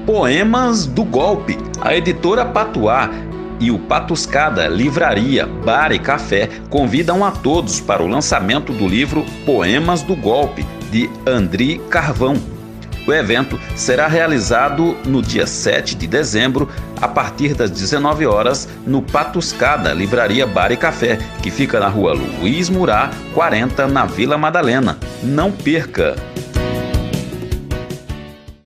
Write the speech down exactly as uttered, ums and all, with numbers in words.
Poemas do Golpe. A editora Patuá e o Patuscada Livraria, Bar e Café convidam a todos para o lançamento do livro Poemas do Golpe, de Andri Carvão. O evento será realizado no dia sete de dezembro, a partir das dezenove horas, no Patuscada Livraria, Bar e Café, que fica na rua Luiz Murat, quarenta, na Vila Madalena. Não perca!